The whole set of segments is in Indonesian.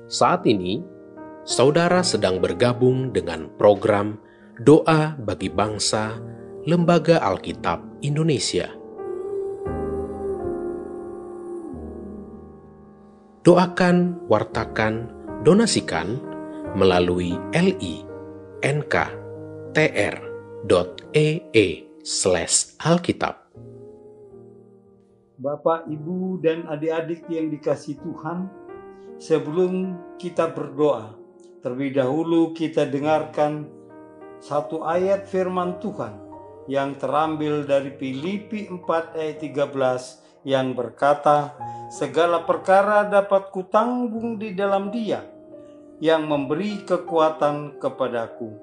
Saat ini, saudara sedang bergabung dengan program Doa bagi Bangsa Lembaga Alkitab Indonesia. Doakan, wartakan, donasikan melalui li.nktr.ee/alkitab. Bapak, Ibu, dan adik-adik yang dikasihi Tuhan, sebelum kita berdoa, terlebih dahulu kita dengarkan satu ayat firman Tuhan yang terambil dari Filipi 4 ayat 13 yang berkata, "Segala perkara dapat kutanggung di dalam Dia yang memberi kekuatan kepadaku."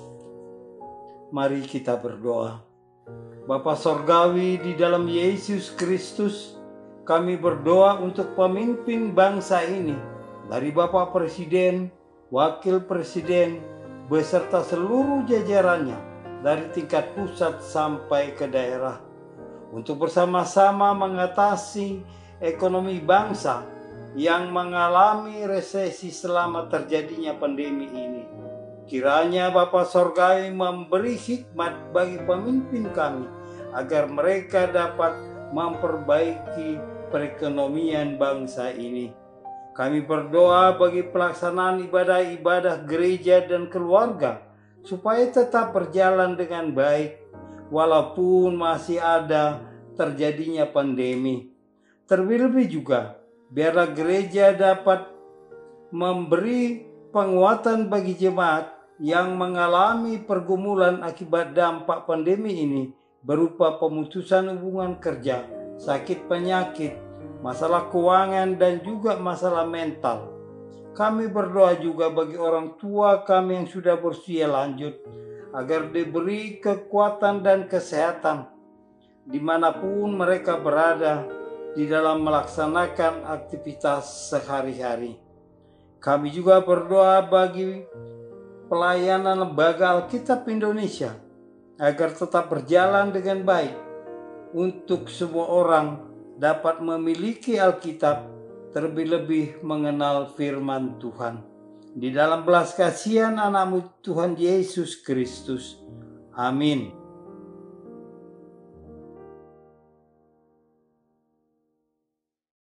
Mari kita berdoa. Bapa Sorgawi, di dalam Yesus Kristus, kami berdoa untuk pemimpin bangsa ini, dari Bapak Presiden, Wakil Presiden, beserta seluruh jajarannya, dari tingkat pusat sampai ke daerah, untuk bersama-sama mengatasi ekonomi bangsa yang mengalami resesi selama terjadinya pandemi ini. Kiranya Bapa Sorgawi memberi hikmat bagi pemimpin kami, agar mereka dapat memperbaiki perekonomian bangsa ini. Kami berdoa bagi pelaksanaan ibadah-ibadah gereja dan keluarga, supaya tetap berjalan dengan baik, walaupun masih ada terjadinya pandemi. Terlebih juga, biarlah gereja dapat memberi penguatan bagi jemaat yang mengalami pergumulan akibat dampak pandemi ini, berupa pemutusan hubungan kerja, sakit penyakit, masalah keuangan, dan juga masalah mental. Kami berdoa juga bagi orang tua kami yang sudah berusia lanjut, agar diberi kekuatan dan kesehatan dimanapun mereka berada di dalam melaksanakan aktivitas sehari-hari. Kami juga berdoa bagi pelayanan Lembaga Alkitab Indonesia, agar tetap berjalan dengan baik, untuk semua orang dapat memiliki Alkitab, terlebih-lebih mengenal firman Tuhan. Di dalam belas kasihan anak-Mu Tuhan Yesus Kristus. Amin.